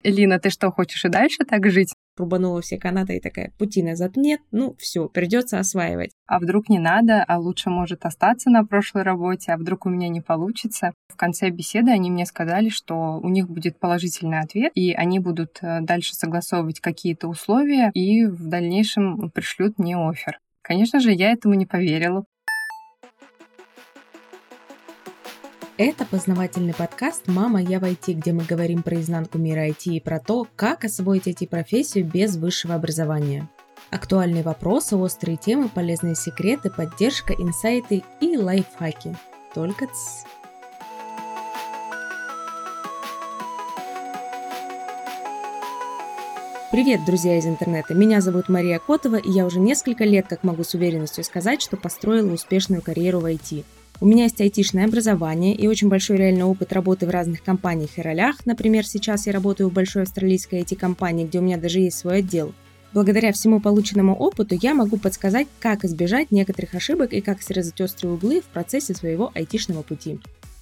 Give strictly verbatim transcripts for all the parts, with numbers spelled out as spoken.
Элина, ты что, хочешь и дальше так жить? Рубанула все канаты и такая, пути назад нет, ну все, придется осваивать. А вдруг не надо, а лучше может остаться на прошлой работе, а вдруг у меня не получится. В конце беседы они мне сказали, что у них будет положительный ответ, и они будут дальше согласовывать какие-то условия и в дальнейшем пришлют мне оффер. Конечно же, я этому не поверила. Это познавательный подкаст «Мама, я в ай ти», где мы говорим про изнанку мира ай ти и про то, как освоить ай ти-профессию без высшего образования. Актуальные вопросы, острые темы, полезные секреты, поддержка, инсайты и лайфхаки. Только тс. Привет, друзья из интернета! Меня зовут Мария Котова, и я уже несколько лет как могу с уверенностью сказать, что построила успешную карьеру в ай ти. У меня есть айтишное образование и очень большой реальный опыт работы в разных компаниях и ролях. Например, сейчас я работаю в большой австралийской ай ти-компании, где у меня даже есть свой отдел. Благодаря всему полученному опыту я могу подсказать, как избежать некоторых ошибок и как срезать острые углы в процессе своего айтишного пути.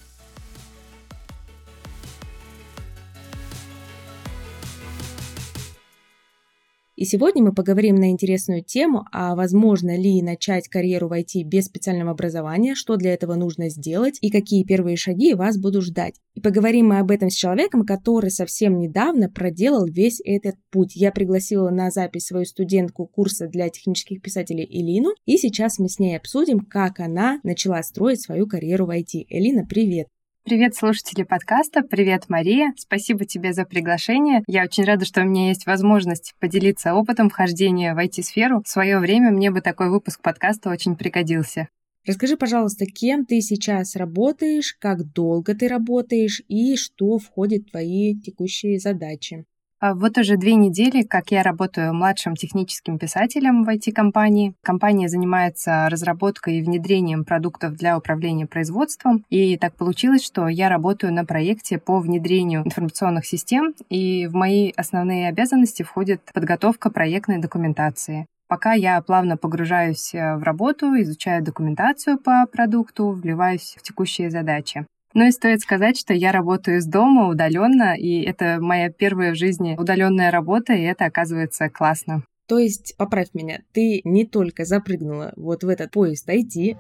И сегодня мы поговорим на интересную тему, а возможно ли начать карьеру в ай ти без специального образования, что для этого нужно сделать и какие первые шаги вас будут ждать. И поговорим мы об этом с человеком, который совсем недавно проделал весь этот путь. Я пригласила на запись свою студентку курса для технических писателей Элину, и сейчас мы с ней обсудим, как она начала строить свою карьеру в ай ти. Элина, привет! Привет, слушатели подкаста. Привет, Мария. Спасибо тебе за приглашение. Я очень рада, что у меня есть возможность поделиться опытом вхождения в ай ти-сферу. В свое время мне бы такой выпуск подкаста очень пригодился. Расскажи, пожалуйста, кем ты сейчас работаешь, как долго ты работаешь и что входит в твои текущие задачи. Вот уже две недели, как я работаю младшим техническим писателем в ай ти-компании. Компания занимается разработкой и внедрением продуктов для управления производством. И так получилось, что я работаю на проекте по внедрению информационных систем, и в мои основные обязанности входит подготовка проектной документации. Пока я плавно погружаюсь в работу, изучаю документацию по продукту, вливаюсь в текущие задачи. Ну и стоит сказать, что я работаю из дома удаленно, и это моя первая в жизни удаленная работа, и это, оказывается, классно. То есть, поправь меня, ты не только запрыгнула вот в этот поезд ай ти,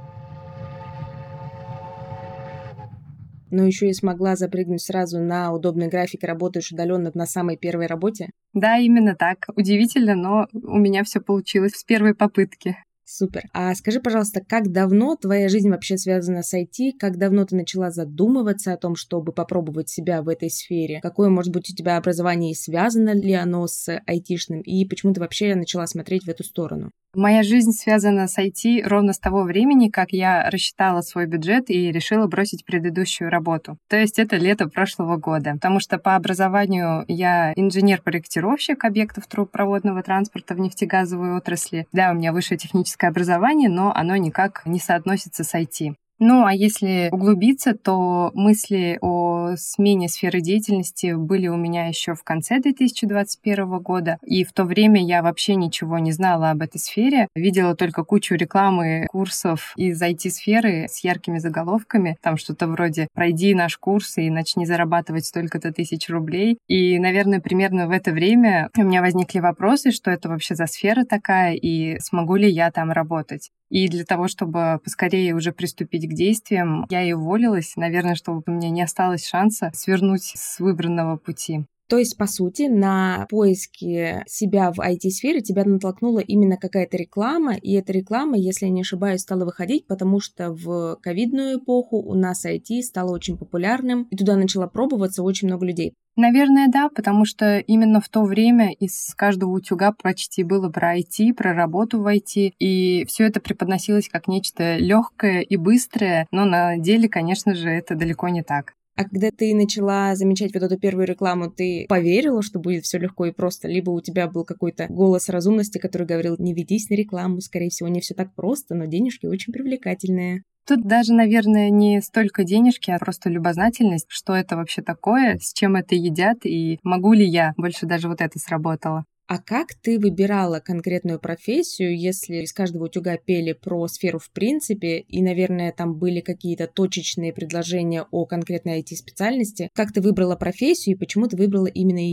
но еще и смогла запрыгнуть сразу на удобный график и работаешь удаленно на самой первой работе? Да, именно так. Удивительно, но у меня все получилось с первой попытки. Супер. А скажи, пожалуйста, как давно твоя жизнь вообще связана с ай ти? Как давно ты начала задумываться о том, чтобы попробовать себя в этой сфере? Какое, может быть, у тебя образование и связано ли оно с айтишным? И почему ты вообще начала смотреть в эту сторону? Моя жизнь связана с ай ти ровно с того времени, как я рассчитала свой бюджет и решила бросить предыдущую работу. То есть это лето прошлого года. Потому что по образованию я инженер-проектировщик объектов трубопроводного транспорта в нефтегазовой отрасли. Да, у меня высшее техническое образование, но оно никак не соотносится с ай ти. Ну, а если углубиться, то мысли о смене сферы деятельности были у меня еще в конце две тысячи двадцать первого года, и в то время я вообще ничего не знала об этой сфере, видела только кучу рекламы курсов из ай ти-сферы с яркими заголовками, там что-то вроде «Пройди наш курс и начни зарабатывать столько-то тысяч рублей». И, наверное, примерно в это время у меня возникли вопросы, что это вообще за сфера такая, и смогу ли я там работать. И для того, чтобы поскорее уже приступить к действиям, я и уволилась, наверное, чтобы у меня не осталось шанса свернуть с выбранного пути. То есть, по сути, на поиске себя в ай ти-сфере тебя натолкнула именно какая-то реклама, и эта реклама, если я не ошибаюсь, стала выходить, потому что в ковидную эпоху у нас ай ти стало очень популярным, и туда начало пробоваться очень много людей. Наверное, да, потому что именно в то время из каждого утюга почти было про ай ти, про работу в ай ти, и все это преподносилось как нечто легкое и быстрое, но на деле, конечно же, это далеко не так. А когда ты начала замечать вот эту первую рекламу, ты поверила, что будет все легко и просто? Либо у тебя был какой-то голос разумности, который говорил: не ведись на рекламу, скорее всего, не все так просто, но денежки очень привлекательные. Тут даже, наверное, не столько денежки, а просто любознательность, что это вообще такое, с чем это едят, и могу ли я. Больше даже вот это сработало. А как ты выбирала конкретную профессию, если из каждого утюга пели про сферу в принципе, и, наверное, там были какие-то точечные предложения о конкретной ай ти-специальности? Как ты выбрала профессию и почему ты выбрала именно ее?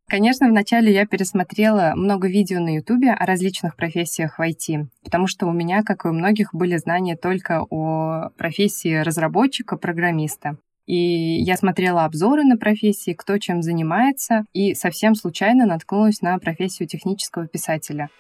Конечно, вначале я пересмотрела много видео на Ютубе о различных профессиях в ай ти, потому что у меня, как и у многих, были знания только о профессии разработчика, программиста. И я смотрела обзоры на профессии, кто чем занимается, и совсем случайно наткнулась на профессию технического писателя.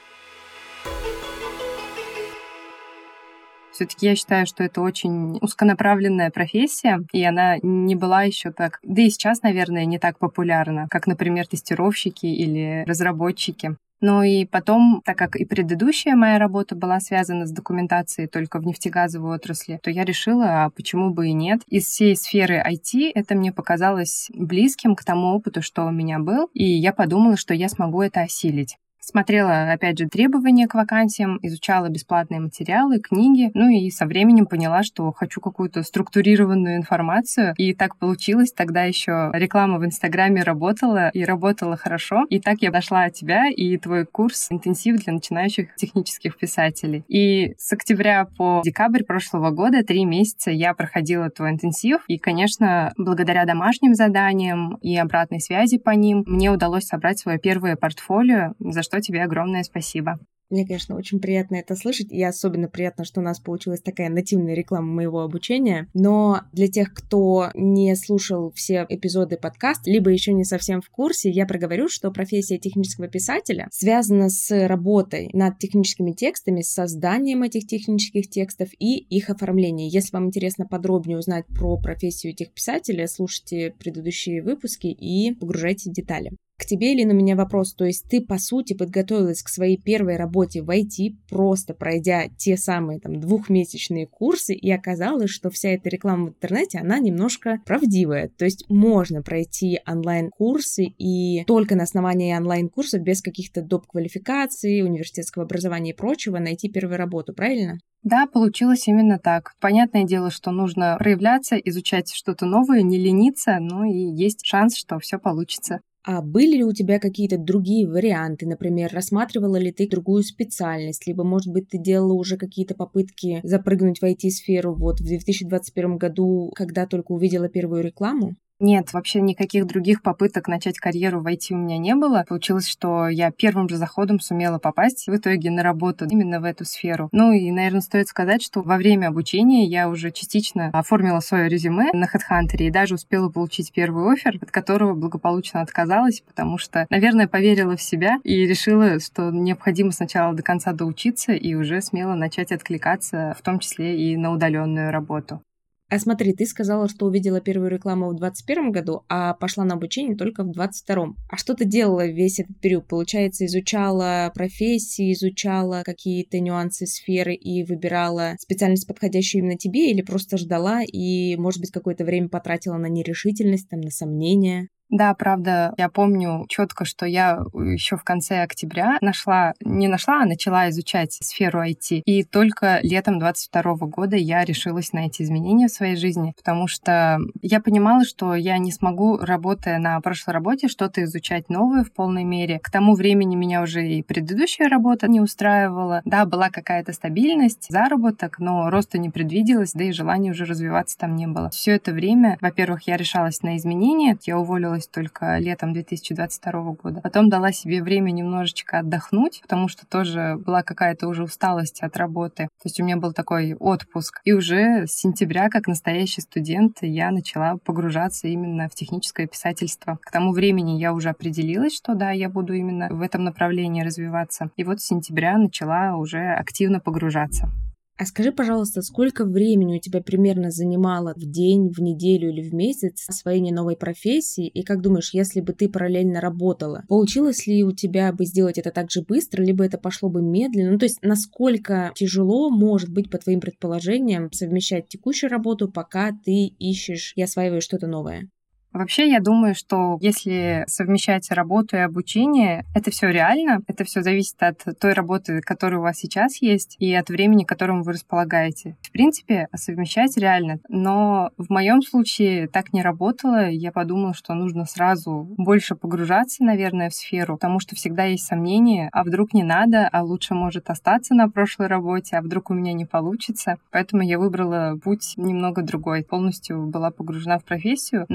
Все-таки я считаю, что это очень узконаправленная профессия, и она не была еще так, да и сейчас, наверное, не так популярна, как, например, тестировщики или разработчики. Ну и потом, так как и предыдущая моя работа была связана с документацией только в нефтегазовой отрасли, то я решила, а почему бы и нет. Из всей сферы ай ти это мне показалось близким к тому опыту, что у меня был, и я подумала, что я смогу это осилить. Смотрела, опять же, требования к вакансиям, изучала бесплатные материалы, книги, ну и со временем поняла, что хочу какую-то структурированную информацию. И так получилось. Тогда еще реклама в Инстаграме работала, и работала хорошо. И так я дошла от тебя и твой курс «Интенсив для начинающих технических писателей». И с октября по декабрь прошлого года, три месяца, я проходила твой интенсив. И, конечно, благодаря домашним заданиям и обратной связи по ним, мне удалось собрать свое первое портфолио, за что тебе огромное спасибо. Мне, конечно, очень приятно это слышать, и особенно приятно, что у нас получилась такая нативная реклама моего обучения. Но для тех, кто не слушал все эпизоды подкаста, либо еще не совсем в курсе, я проговорю, что профессия технического писателя связана с работой над техническими текстами, с созданием этих технических текстов и их оформлением. Если вам интересно подробнее узнать про профессию техписателя, слушайте предыдущие выпуски и погружайтесь в детали. К тебе, Лина, у меня вопрос. То есть ты, по сути, подготовилась к своей первой работе в ай ти, просто пройдя те самые там двухмесячные курсы, и оказалось, что вся эта реклама в интернете, она немножко правдивая. То есть можно пройти онлайн-курсы и только на основании онлайн-курсов, без каких-то доп. Квалификаций, университетского образования и прочего, найти первую работу, правильно? Да, получилось именно так. Понятное дело, что нужно проявляться, изучать что-то новое, не лениться, но и есть шанс, что все получится. А были ли у тебя какие-то другие варианты? Например, рассматривала ли ты другую специальность? Либо, может быть, ты делала уже какие-то попытки запрыгнуть в ай ти-сферу вот в две тысячи двадцать первом году, когда только увидела первую рекламу? Нет, вообще никаких других попыток начать карьеру в ай ти у меня не было. Получилось, что я первым же заходом сумела попасть в итоге на работу именно в эту сферу. Ну и, наверное, стоит сказать, что во время обучения я уже частично оформила свое резюме на HeadHunter и даже успела получить первый оффер, от которого благополучно отказалась, потому что, наверное, поверила в себя и решила, что необходимо сначала до конца доучиться и уже смело начать откликаться, в том числе и на удаленную работу. А смотри, ты сказала, что увидела первую рекламу в двадцать первом году, а пошла на обучение только в двадцать втором. А что ты делала весь этот период? Получается, изучала профессии, изучала какие-то нюансы сферы и выбирала специальность, подходящую именно тебе, или просто ждала и, может быть, какое-то время потратила на нерешительность, там, на сомнения? Да, правда, я помню четко, что я еще в конце октября нашла, не нашла, а начала изучать сферу ай ти. И только летом двадцать второго года я решилась на эти изменения в своей жизни, потому что я понимала, что я не смогу, работая на прошлой работе, что-то изучать новое в полной мере. К тому времени меня уже и предыдущая работа не устраивала. Да, была какая-то стабильность, заработок, но роста не предвиделось, да и желания уже развиваться там не было. Все это время, во-первых, я решалась на изменения, я уволилась только летом две тысячи двадцать второго года. Потом дала себе время немножечко отдохнуть, потому что тоже была какая-то уже усталость от работы. То есть у меня был такой отпуск. И уже с сентября, как настоящий студент, я начала погружаться именно в техническое писательство. К тому времени я уже определилась, что да, я буду именно в этом направлении развиваться. И вот с сентября начала уже активно погружаться. А скажи, пожалуйста, сколько времени у тебя примерно занимало в день, в неделю или в месяц освоение новой профессии? И как думаешь, если бы ты параллельно работала, получилось ли у тебя бы сделать это так же быстро, либо это пошло бы медленно? Ну, то есть, насколько тяжело может быть, по твоим предположениям, совмещать текущую работу, пока ты ищешь и осваиваешь что-то новое? Вообще, я думаю, что если совмещать работу и обучение, это все реально, это все зависит от той работы, которая у вас сейчас есть, и от времени, которым вы располагаете. В принципе, совмещать реально, но в моем случае так не работало. Я подумала, что нужно сразу больше погружаться, наверное, в сферу, потому что всегда есть сомнения, а вдруг не надо, а лучше может остаться на прошлой работе, а вдруг у меня не получится. Поэтому я выбрала путь немного другой. Полностью была погружена в профессию, но и тем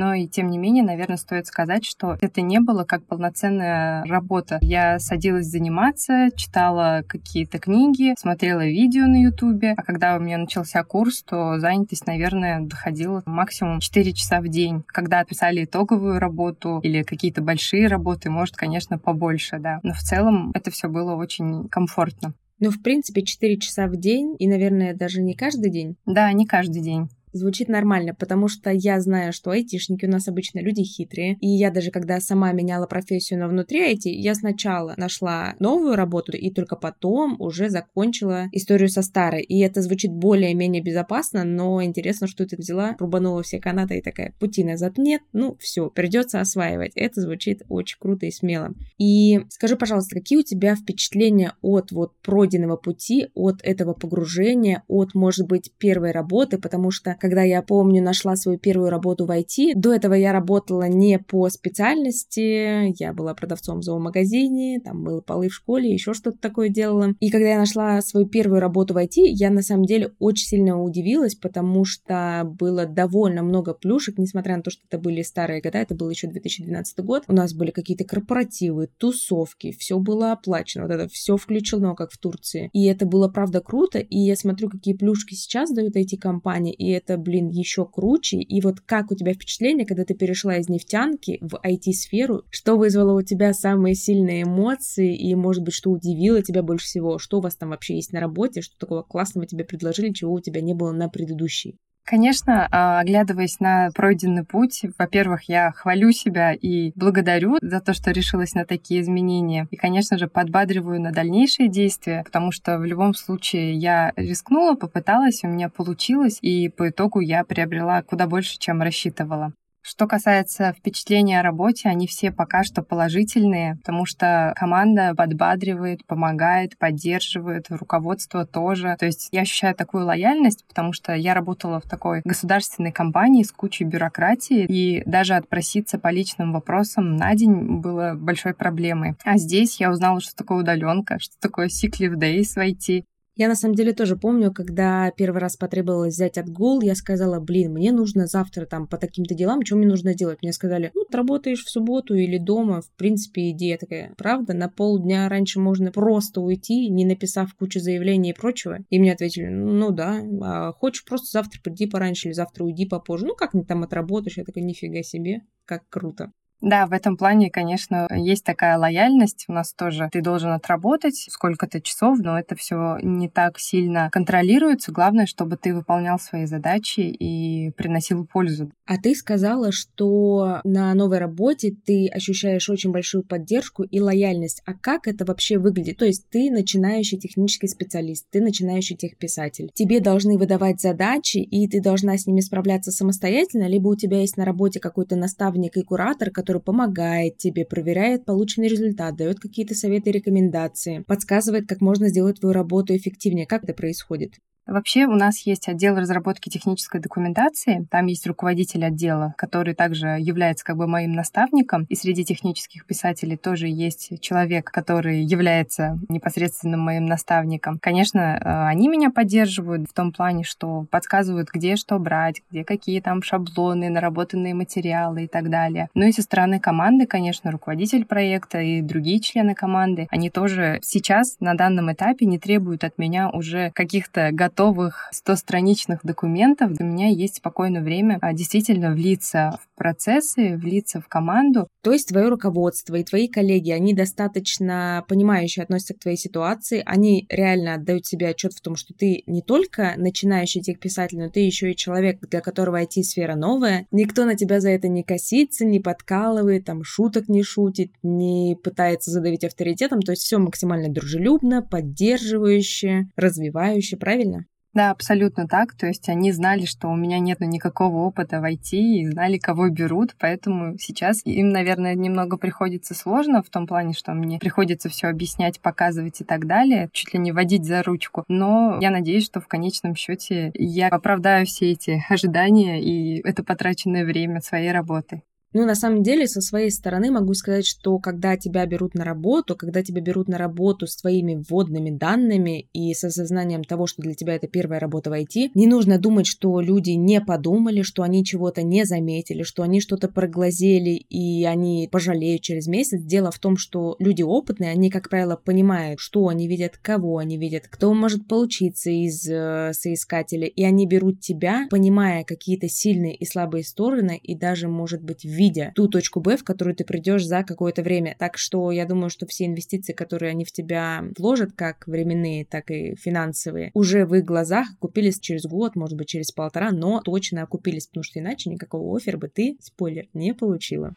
тем не менее, наверное, стоит сказать, что это не было как полноценная работа. Я садилась заниматься, читала какие-то книги, смотрела видео на Ютубе, а когда у меня начался курс, то занятость, наверное, доходила максимум четыре часа в день. Когда писали итоговую работу или какие-то большие работы, может, конечно, побольше, да. Но в целом это все было очень комфортно. Ну, в принципе, четыре часа в день, и, наверное, даже не каждый день. Да, не каждый день. Звучит нормально, потому что я знаю, что айтишники у нас обычно люди хитрые. И я даже когда сама меняла профессию на внутри ай ти, я сначала нашла новую работу и только потом уже закончила историю со старой. И это звучит более-менее безопасно, но интересно, что ты взяла, рубанула все канаты и такая, пути назад нет, ну все, придется осваивать. Это звучит очень круто и смело. И скажи, пожалуйста, какие у тебя впечатления от вот пройденного пути, от этого погружения, от, может быть, первой работы, потому что когда я, помню, нашла свою первую работу в ай ти, до этого я работала не по специальности, я была продавцом в зоомагазине, там мыла полы в школе, еще что-то такое делала. И когда я нашла свою первую работу в ай ти, я на самом деле очень сильно удивилась, потому что было довольно много плюшек, несмотря на то, что это были старые года, это был еще две тысячи двенадцатый год, у нас были какие-то корпоративы, тусовки, все было оплачено, вот это все включено, как в Турции. И это было, правда, круто, и я смотрю, какие плюшки сейчас дают ай ти-компании, и это, блин, еще круче. И вот как у тебя впечатление, когда ты перешла из нефтянки в ай ти-сферу? Что вызвало у тебя самые сильные эмоции? И, может быть, что удивило тебя больше всего? Что у вас там вообще есть на работе? Что такого классного тебе предложили, чего у тебя не было на предыдущей? Конечно, оглядываясь на пройденный путь, во-первых, я хвалю себя и благодарю за то, что решилась на такие изменения. И, конечно же, подбадриваю на дальнейшие действия, потому что в любом случае я рискнула, попыталась, у меня получилось, и по итогу я приобрела куда больше, чем рассчитывала. Что касается впечатления о работе, они все пока что положительные, потому что команда подбадривает, помогает, поддерживает, руководство тоже. То есть я ощущаю такую лояльность, потому что я работала в такой государственной компании с кучей бюрократии, и даже отпроситься по личным вопросам на день было большой проблемой. А здесь я узнала, что такое удаленка, что такое sick leave days в ай ти. Я на самом деле тоже помню, когда первый раз потребовалось взять отгул, я сказала, блин, мне нужно завтра там по таким-то делам, что мне нужно делать? Мне сказали, ну, ты работаешь в субботу или дома, в принципе, идея такая, правда, на полдня раньше можно просто уйти, не написав кучу заявлений и прочего. И мне ответили, ну да, а хочешь просто завтра приди пораньше или завтра уйди попозже, ну, как-нибудь там отработаешь. Я такая, нифига себе, как круто. Да, в этом плане, конечно, есть такая лояльность. У нас тоже ты должен отработать сколько-то часов, но это все не так сильно контролируется. Главное, чтобы ты выполнял свои задачи и приносил пользу. А ты сказала, что на новой работе ты ощущаешь очень большую поддержку и лояльность. А как это вообще выглядит? То есть ты начинающий технический специалист, ты начинающий техписатель. Тебе должны выдавать задачи, и ты должна с ними справляться самостоятельно, либо у тебя есть на работе какой-то наставник и куратор, который который помогает тебе, проверяет полученный результат, дает какие-то советы и рекомендации, подсказывает, как можно сделать твою работу эффективнее. Как это происходит? Вообще у нас есть отдел разработки технической документации, там есть руководитель отдела, который также является как бы моим наставником, и среди технических писателей тоже есть человек, который является непосредственным моим наставником. Конечно, они меня поддерживают в том плане, что подсказывают, где что брать, где какие там шаблоны, наработанные материалы и так далее. Ну и со стороны команды, конечно, руководитель проекта и другие члены команды, они тоже сейчас на данном этапе не требуют от меня уже каких-то готовых готовых стостраничных документов. У меня есть спокойное время действительно влиться в процессы, влиться в команду. То есть твое руководство и твои коллеги, они достаточно понимающе относятся к твоей ситуации, они реально отдают себе отчет в том, что ты не только начинающий техписатель, но ты еще и человек, для которого ай ти-сфера новая. Никто на тебя за это не косится, не подкалывает, там шуток не шутит, не пытается задавить авторитетом. То есть все максимально дружелюбно, поддерживающе, развивающе, правильно? Да, абсолютно так. То есть они знали, что у меня нет никакого опыта в ай ти и знали, кого берут, поэтому сейчас им, наверное, немного приходится сложно в том плане, что мне приходится все объяснять, показывать и так далее, чуть ли не водить за ручку. Но я надеюсь, что в конечном счете я оправдаю все эти ожидания и это потраченное время своей работы. Ну, на самом деле, со своей стороны могу сказать, что когда тебя берут на работу, когда тебя берут на работу с твоими вводными данными и с осознанием того, что для тебя это первая работа в ай ти, не нужно думать, что люди не подумали, что они чего-то не заметили, что они что-то проглазели и они пожалеют через месяц. Дело в том, что люди опытные, они, как правило, понимают, что они видят, кого они видят, кто может получиться из э, соискателя, и они берут тебя, понимая какие-то сильные и слабые стороны, и даже, может быть, видя ту точку Б, в которую ты придешь за какое-то время. Так что я думаю, что все инвестиции, которые они в тебя вложат, как временные, так и финансовые, уже в их глазах окупились через год, может быть, через полтора, но точно окупились, потому что иначе никакого оффера бы ты, спойлер, не получила.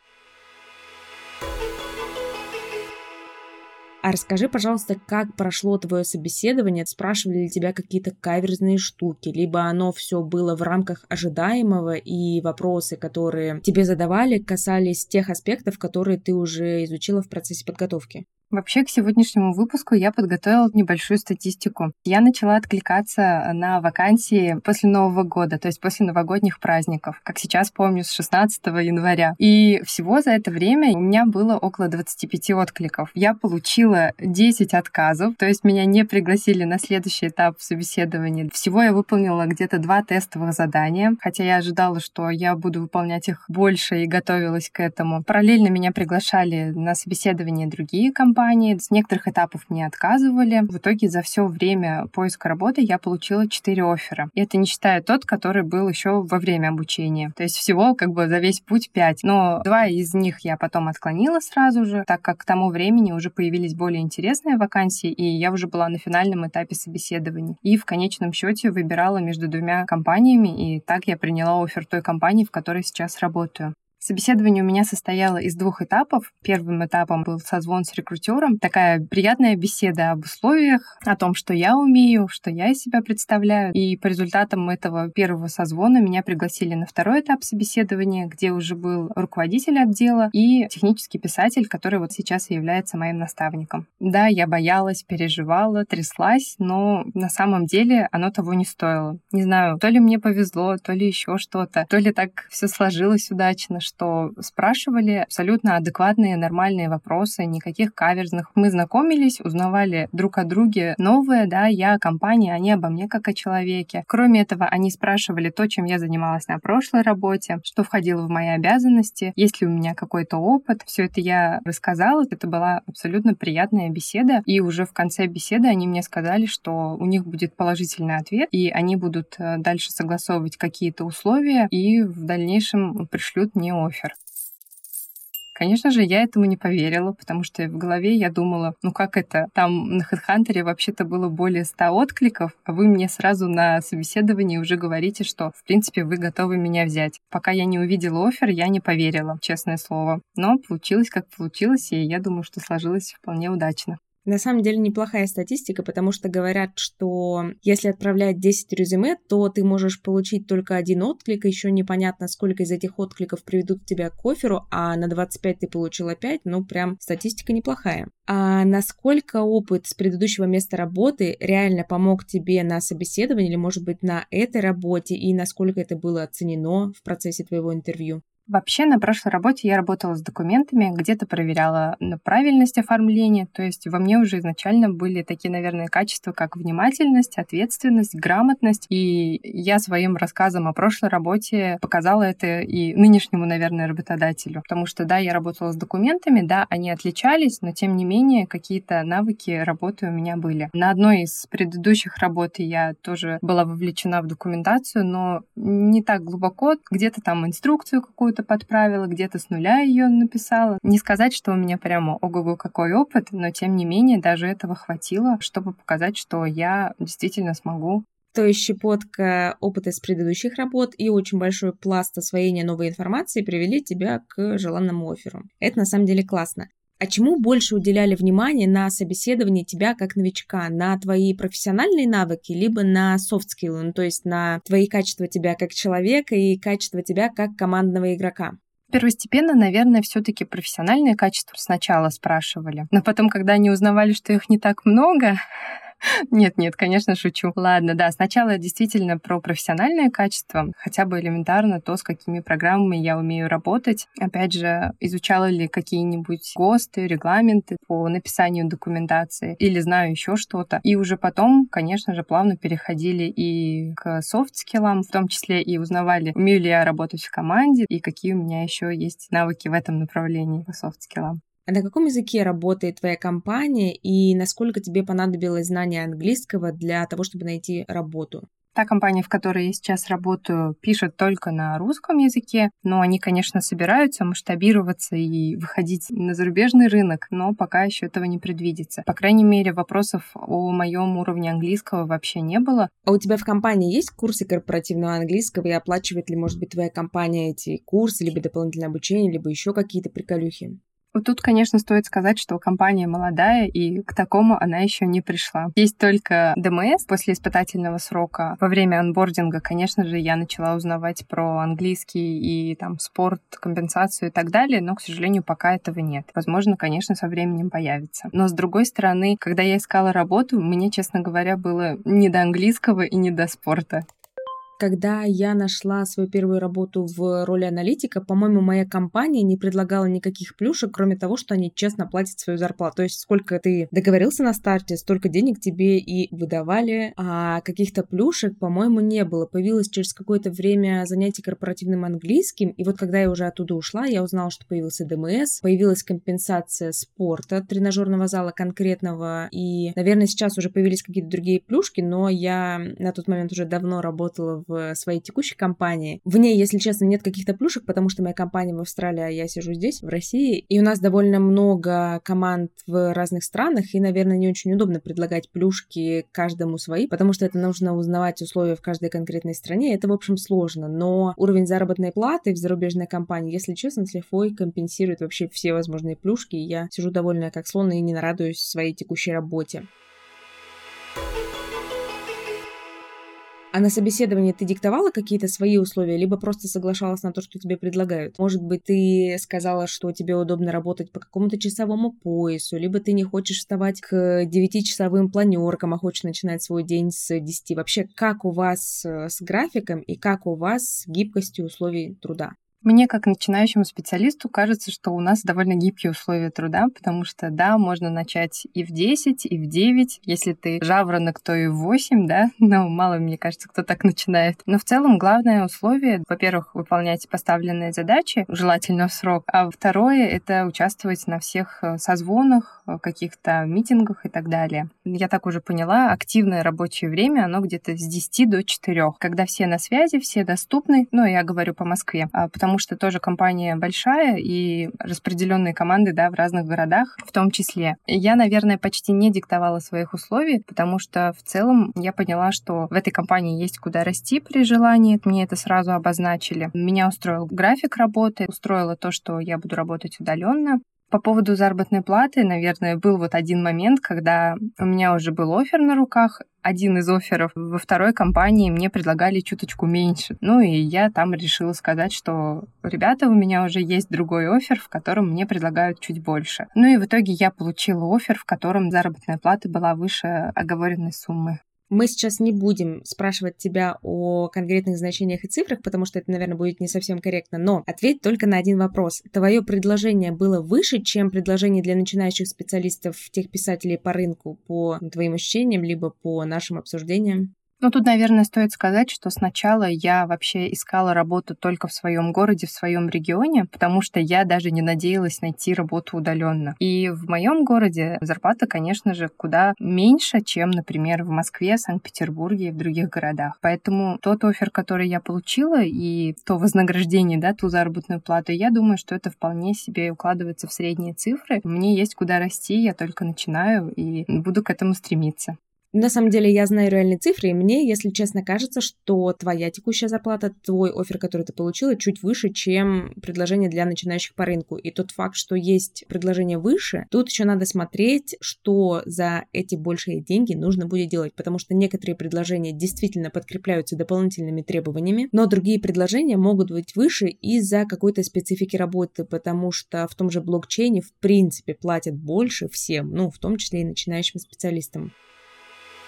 А расскажи, пожалуйста, как прошло твое собеседование? Спрашивали ли тебя какие-то каверзные штуки? Либо оно все было в рамках ожидаемого, и вопросы, которые тебе задавали, касались тех аспектов, которые ты уже изучила в процессе подготовки? Вообще, к сегодняшнему выпуску я подготовила небольшую статистику. Я начала откликаться на вакансии после Нового года, то есть после новогодних праздников, как сейчас помню, с шестнадцатого января. И всего за это время у меня было около двадцати пяти откликов. Я получила десять отказов, то есть меня не пригласили на следующий этап собеседования. Всего я выполнила где-то два тестовых задания, хотя я ожидала, что я буду выполнять их больше и готовилась к этому. Параллельно меня приглашали на собеседование другие компании, с некоторых этапов мне отказывали. В итоге за все время поиска работы я получила четыре оффера. И это не считая тот, который был еще во время обучения. То есть всего как бы за весь путь пять. Но два из них я потом отклонила сразу же, так как к тому времени уже появились более интересные вакансии, и я уже была на финальном этапе собеседований. И в конечном счете выбирала между двумя компаниями, и так я приняла оффер той компании, в которой сейчас работаю. Собеседование у меня состояло из двух этапов. Первым этапом был созвон с рекрутером. Такая приятная беседа об условиях, о том, что я умею, что я из себя представляю. И по результатам этого первого созвона меня пригласили на второй этап собеседования, где уже был руководитель отдела и технический писатель, который вот сейчас и является моим наставником. Да, я боялась, переживала, тряслась, но на самом деле оно того не стоило. Не знаю, то ли мне повезло, то ли еще что-то, то ли так все сложилось удачно, что спрашивали абсолютно адекватные, нормальные вопросы, никаких каверзных. Мы знакомились, узнавали друг о друге новое, да, я о компании, они обо мне как о человеке. Кроме этого, они спрашивали то, чем я занималась на прошлой работе, что входило в мои обязанности, есть ли у меня какой-то опыт. Все это я рассказала, это была абсолютно приятная беседа, и уже в конце беседы они мне сказали, что у них будет положительный ответ, и они будут дальше согласовывать какие-то условия, и в дальнейшем пришлют мне оффер. Конечно же, я этому не поверила, потому что в голове я думала, ну как это, там на HeadHunter вообще-то было более ста откликов, а вы мне сразу на собеседовании уже говорите, что, в принципе, вы готовы меня взять. Пока я не увидела оффер, я не поверила, честное слово. Но получилось, как получилось, и я думаю, что сложилось вполне удачно. На самом деле неплохая статистика, потому что говорят, что если отправлять десять резюме, то ты можешь получить только один отклик, еще непонятно, сколько из этих откликов приведут тебя к офферу, а на двадцать пять ты получила пять, ну прям статистика неплохая. А насколько опыт с предыдущего места работы реально помог тебе на собеседовании или, может быть, на этой работе, и насколько это было оценено в процессе твоего интервью? Вообще, на прошлой работе я работала с документами, где-то проверяла на правильность оформления, то есть во мне уже изначально были такие, наверное, качества, как внимательность, ответственность, грамотность, и я своим рассказом о прошлой работе показала это и нынешнему, наверное, работодателю, потому что, да, я работала с документами, да, они отличались, но, тем не менее, какие-то навыки работы у меня были. На одной из предыдущих работ я тоже была вовлечена в документацию, но не так глубоко, где-то там инструкцию какую-то подправила, где-то с нуля ее написала. Не сказать, что у меня прямо ого-го какой опыт, но тем не менее даже этого хватило, чтобы показать, что я действительно смогу. То есть щепотка опыта с предыдущих работ и очень большой пласт освоения новой информации привели тебя к желанному офферу. Это на самом деле классно. А чему больше уделяли внимание на собеседовании тебя как новичка? На твои профессиональные навыки, либо на софт-скиллы, ну, то есть на твои качества тебя как человека и качества тебя как командного игрока? Первостепенно, наверное, все-таки профессиональные качества сначала спрашивали. Но потом, когда они узнавали, что их не так много, Нет-нет, конечно, шучу. Ладно, да, сначала действительно про профессиональные качества, хотя бы элементарно то, с какими программами я умею работать. Опять же, изучала ли какие-нибудь ГОСТы, регламенты по написанию документации или знаю еще что-то. И уже потом, конечно же, плавно переходили и к софт-скиллам, в том числе и узнавали, умею ли я работать в команде и какие у меня еще есть навыки в этом направлении по софт-скиллам. А на каком языке работает твоя компания и насколько тебе понадобилось знание английского для того, чтобы найти работу? Та компания, в которой я сейчас работаю, пишет только на русском языке, но они, конечно, собираются масштабироваться и выходить на зарубежный рынок, но пока еще этого не предвидится. По крайней мере, вопросов о моем уровне английского вообще не было. А у тебя в компании есть курсы корпоративного английского и оплачивает ли, может быть, твоя компания эти курсы, либо дополнительное обучение, либо еще какие-то приколюхи? Вот тут, конечно, стоит сказать, что компания молодая, и к такому она еще не пришла. Есть только ДМС после испытательного срока. Во время онбординга, конечно же, я начала узнавать про английский и там спорт, компенсацию и так далее, но, к сожалению, пока этого нет. Возможно, конечно, со временем появится. Но, с другой стороны, когда я искала работу, мне, честно говоря, было не до английского и не до спорта. Когда я нашла свою первую работу в роли аналитика, по-моему, моя компания не предлагала никаких плюшек, кроме того, что они честно платят свою зарплату. То есть сколько ты договорился на старте, столько денег тебе и выдавали, а каких-то плюшек, по-моему, не было. Появилось через какое-то время занятие корпоративным английским, и вот когда я уже оттуда ушла, я узнала, что появился ДМС, появилась компенсация спорта, тренажерного зала конкретного, и, наверное, сейчас уже появились какие-то другие плюшки, но я на тот момент уже давно работала в в своей текущей компании. В ней, если честно, нет каких-то плюшек, потому что моя компания в Австралии, а я сижу здесь, в России, и у нас довольно много команд в разных странах, и, наверное, не очень удобно предлагать плюшки каждому свои, потому что это нужно узнавать условия в каждой конкретной стране, это, в общем, сложно, но уровень заработной платы в зарубежной компании, если честно, с лихвой компенсирует вообще все возможные плюшки, и я сижу довольная как слон и не нарадуюсь своей текущей работе. А на собеседовании ты диктовала какие-то свои условия, либо просто соглашалась на то, что тебе предлагают? Может быть, ты сказала, что тебе удобно работать по какому-то часовому поясу, либо ты не хочешь вставать к девятичасовым планеркам, а хочешь начинать свой день с десяти. Вообще, как у вас с графиком и как у вас с гибкостью условий труда? Мне, как начинающему специалисту, кажется, что у нас довольно гибкие условия труда, потому что, да, можно начать и в десять, и в девять. Если ты жаворонок, то и в восемь, да, но мало, мне кажется, кто так начинает. Но в целом главное условие, во-первых, выполнять поставленные задачи, желательно в срок, а второе — это участвовать на всех созвонах, каких-то митингах и так далее. Я так уже поняла, активное рабочее время, оно где-то с десяти до четырёх, когда все на связи, все доступны, ну, я говорю по Москве, потому что тоже компания большая и распределенные команды, да, в разных городах в том числе. Я, наверное, почти не диктовала своих условий, потому что в целом я поняла, что в этой компании есть куда расти при желании. Мне это сразу обозначили. Меня устроил график работы, устроило то, что я буду работать удаленно. По поводу заработной платы, наверное, был вот один момент, когда у меня уже был оффер на руках. Один из офферов во второй компании мне предлагали чуточку меньше. Ну и я там решила сказать, что, ребята, у меня уже есть другой оффер, в котором мне предлагают чуть больше. Ну и в итоге я получила оффер, в котором заработная плата была выше оговоренной суммы. Мы сейчас не будем спрашивать тебя о конкретных значениях и цифрах, потому что это, наверное, будет не совсем корректно, но ответь только на один вопрос. Твое предложение было выше, чем предложение для начинающих специалистов, техписателей по рынку, по твоим ощущениям, либо по нашим обсуждениям? Ну, тут, наверное, стоит сказать, что сначала я вообще искала работу только в своем городе, в своем регионе, потому что я даже не надеялась найти работу удаленно. И в моем городе зарплата, конечно же, куда меньше, чем, например, в Москве, Санкт-Петербурге и в других городах. Поэтому тот оффер, который я получила, и то вознаграждение, да, ту заработную плату, я думаю, что это вполне себе укладывается в средние цифры. Мне есть куда расти, я только начинаю и буду к этому стремиться. На самом деле я знаю реальные цифры, и мне, если честно, кажется, что твоя текущая зарплата, твой оффер, который ты получила, чуть выше, чем предложение для начинающих по рынку. И тот факт, что есть предложение выше, тут еще надо смотреть, что за эти большие деньги нужно будет делать, потому что некоторые предложения действительно подкрепляются дополнительными требованиями, но другие предложения могут быть выше из-за какой-то специфики работы, потому что в том же блокчейне в принципе платят больше всем, ну, в том числе и начинающим специалистам.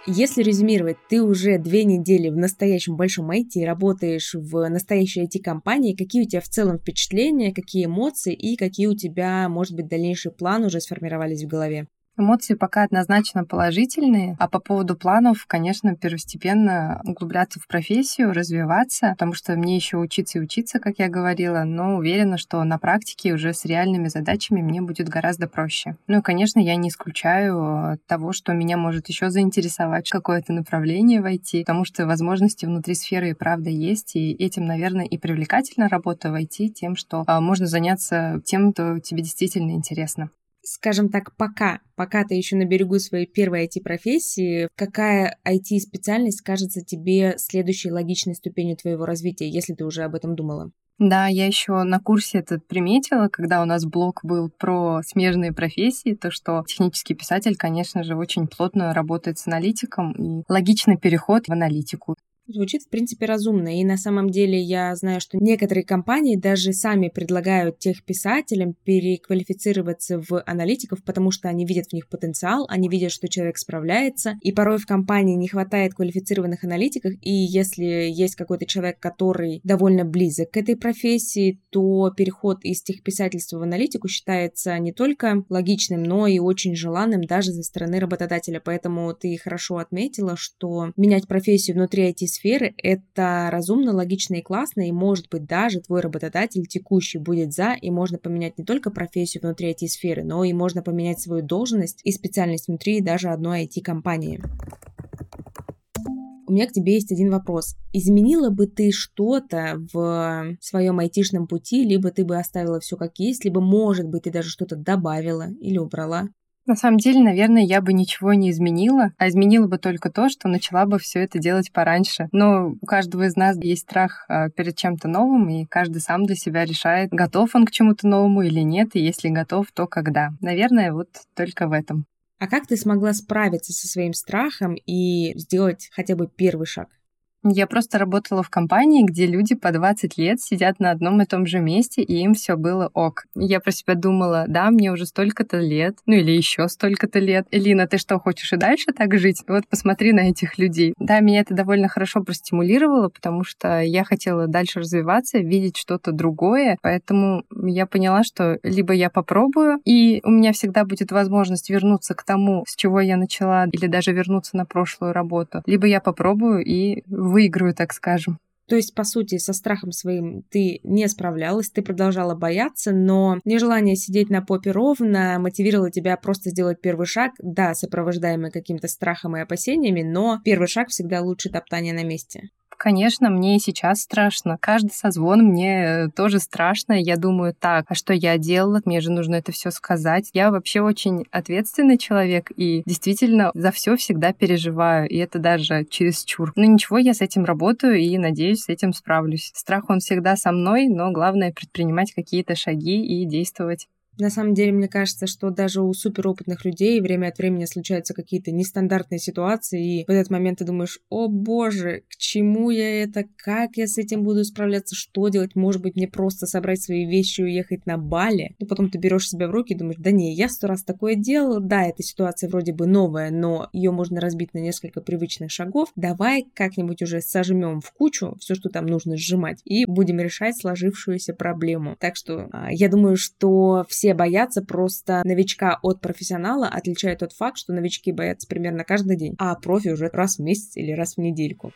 Если резюмировать, ты уже две недели в настоящем большом ай ти, работаешь в настоящей ай ти-компании. Какие у тебя в целом впечатления, какие эмоции и какие у тебя, может быть, дальнейшие планы уже сформировались в голове? Эмоции пока однозначно положительные, а по поводу планов, конечно, первостепенно углубляться в профессию, развиваться, потому что мне еще учиться и учиться, как я говорила, но уверена, что на практике уже с реальными задачами мне будет гораздо проще. Ну и, конечно, я не исключаю того, что меня может еще заинтересовать какое-то направление в ай ти, потому что возможности внутри сферы и правда есть, и этим, наверное, и привлекательна работа в ай ти, тем, что а, можно заняться тем, что тебе действительно интересно. Скажем так, пока, пока ты еще на берегу своей первой ай ти-профессии, какая ай ти-специальность кажется тебе следующей логичной ступенью твоего развития, если ты уже об этом думала? Да, я еще на курсе этот приметила, когда у нас блок был про смежные профессии, то, что технический писатель, конечно же, очень плотно работает с аналитиком, и логичный переход в аналитику. Звучит, в принципе, разумно. И на самом деле я знаю, что некоторые компании даже сами предлагают техписателям переквалифицироваться в аналитиков, потому что они видят в них потенциал, они видят, что человек справляется. И порой в компании не хватает квалифицированных аналитиков, и если есть какой-то человек, который довольно близок к этой профессии, то переход из техписательства в аналитику считается не только логичным, но и очень желанным даже со стороны работодателя. Поэтому ты хорошо отметила, что менять профессию внутри ай ти сферы — это разумно, логично и классно, и, может быть, даже твой работодатель текущий будет за, и можно поменять не только профессию внутри ай ти-сферы, но и можно поменять свою должность и специальность внутри даже одной ай ти-компании. У меня к тебе есть один вопрос. Изменила бы ты что-то в своем айтишном пути, либо ты бы оставила все как есть, либо, может быть, ты даже что-то добавила или убрала? На самом деле, наверное, я бы ничего не изменила, а изменила бы только то, что начала бы все это делать пораньше. Но у каждого из нас есть страх перед чем-то новым, и каждый сам для себя решает, готов он к чему-то новому или нет, и если готов, то когда. Наверное, вот только в этом. А как ты смогла справиться со своим страхом и сделать хотя бы первый шаг? Я просто работала в компании, где люди по двадцать лет сидят на одном и том же месте, и им все было ок. Я про себя думала, да, мне уже столько-то лет, ну или еще столько-то лет. Элина, ты что, хочешь и дальше так жить? Вот посмотри на этих людей. Да, меня это довольно хорошо простимулировало, потому что я хотела дальше развиваться, видеть что-то другое, поэтому я поняла, что либо я попробую, и у меня всегда будет возможность вернуться к тому, с чего я начала, или даже вернуться на прошлую работу, либо я попробую и выиграю, так скажем. То есть, по сути, со страхом своим ты не справлялась, ты продолжала бояться, но нежелание сидеть на попе ровно мотивировало тебя просто сделать первый шаг, да, сопровождаемый каким-то страхом и опасениями, но первый шаг всегда лучше топтания на месте. Конечно, мне и сейчас страшно. Каждый созвон мне тоже страшно. Я думаю, так, а что я делала? Мне же нужно это все сказать. Я вообще очень ответственный человек и действительно за все всегда переживаю. И это даже чересчур. Но ничего, я с этим работаю и, надеюсь, с этим справлюсь. Страх, он всегда со мной, но главное предпринимать какие-то шаги и действовать. На самом деле, мне кажется, что даже у суперопытных людей время от времени случаются какие-то нестандартные ситуации, и в этот момент ты думаешь, о боже, к чему я это, как я с этим буду справляться, что делать, может быть, мне просто собрать свои вещи и уехать на Бали? Но потом ты берешь себя в руки и думаешь, да не, я сто раз такое делала, да, эта ситуация вроде бы новая, но ее можно разбить на несколько привычных шагов, давай как-нибудь уже сожмем в кучу все, что там нужно сжимать, и будем решать сложившуюся проблему. Так что я думаю, что все боятся, просто новичка от профессионала отличает тот факт, что новички боятся примерно каждый день, а профи уже раз в месяц или раз в недельку.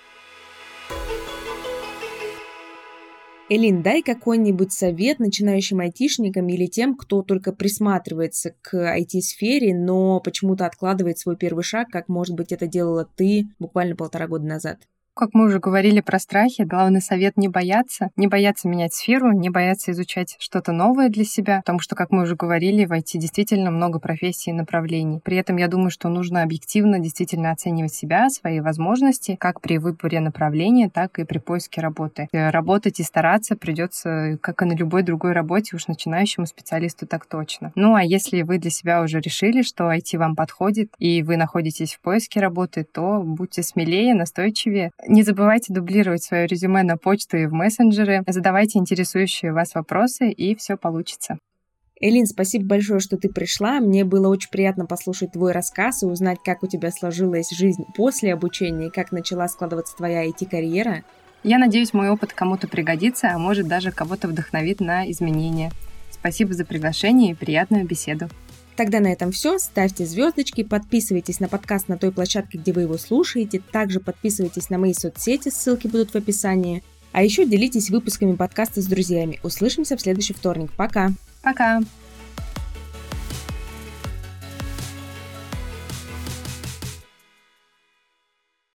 Элин, дай какой-нибудь совет начинающим айтишникам или тем, кто только присматривается к ай ти-сфере, но почему-то откладывает свой первый шаг, как, может быть, это делала ты буквально полтора года назад. Как мы уже говорили про страхи, главный совет — не бояться, не бояться менять сферу, не бояться изучать что-то новое для себя, потому что, как мы уже говорили, в ай ти действительно много профессий и направлений. При этом я думаю, что нужно объективно действительно оценивать себя, свои возможности, как при выборе направления, так и при поиске работы. Работать и стараться придется, как и на любой другой работе, уж начинающему специалисту так точно. Ну, а если вы для себя уже решили, что ай ти вам подходит, и вы находитесь в поиске работы, то будьте смелее, настойчивее. Не забывайте дублировать свое резюме на почту и в мессенджеры, задавайте интересующие вас вопросы, и все получится. Элин, спасибо большое, что ты пришла. Мне было очень приятно послушать твой рассказ и узнать, как у тебя сложилась жизнь после обучения и как начала складываться твоя ай ти-карьера. Я надеюсь, мой опыт кому-то пригодится, а может даже кого-то вдохновит на изменения. Спасибо за приглашение и приятную беседу. Тогда на этом все. Ставьте звездочки, подписывайтесь на подкаст на той площадке, где вы его слушаете. Также подписывайтесь на мои соцсети, ссылки будут в описании. А еще делитесь выпусками подкаста с друзьями. Услышимся в следующий вторник. Пока! Пока!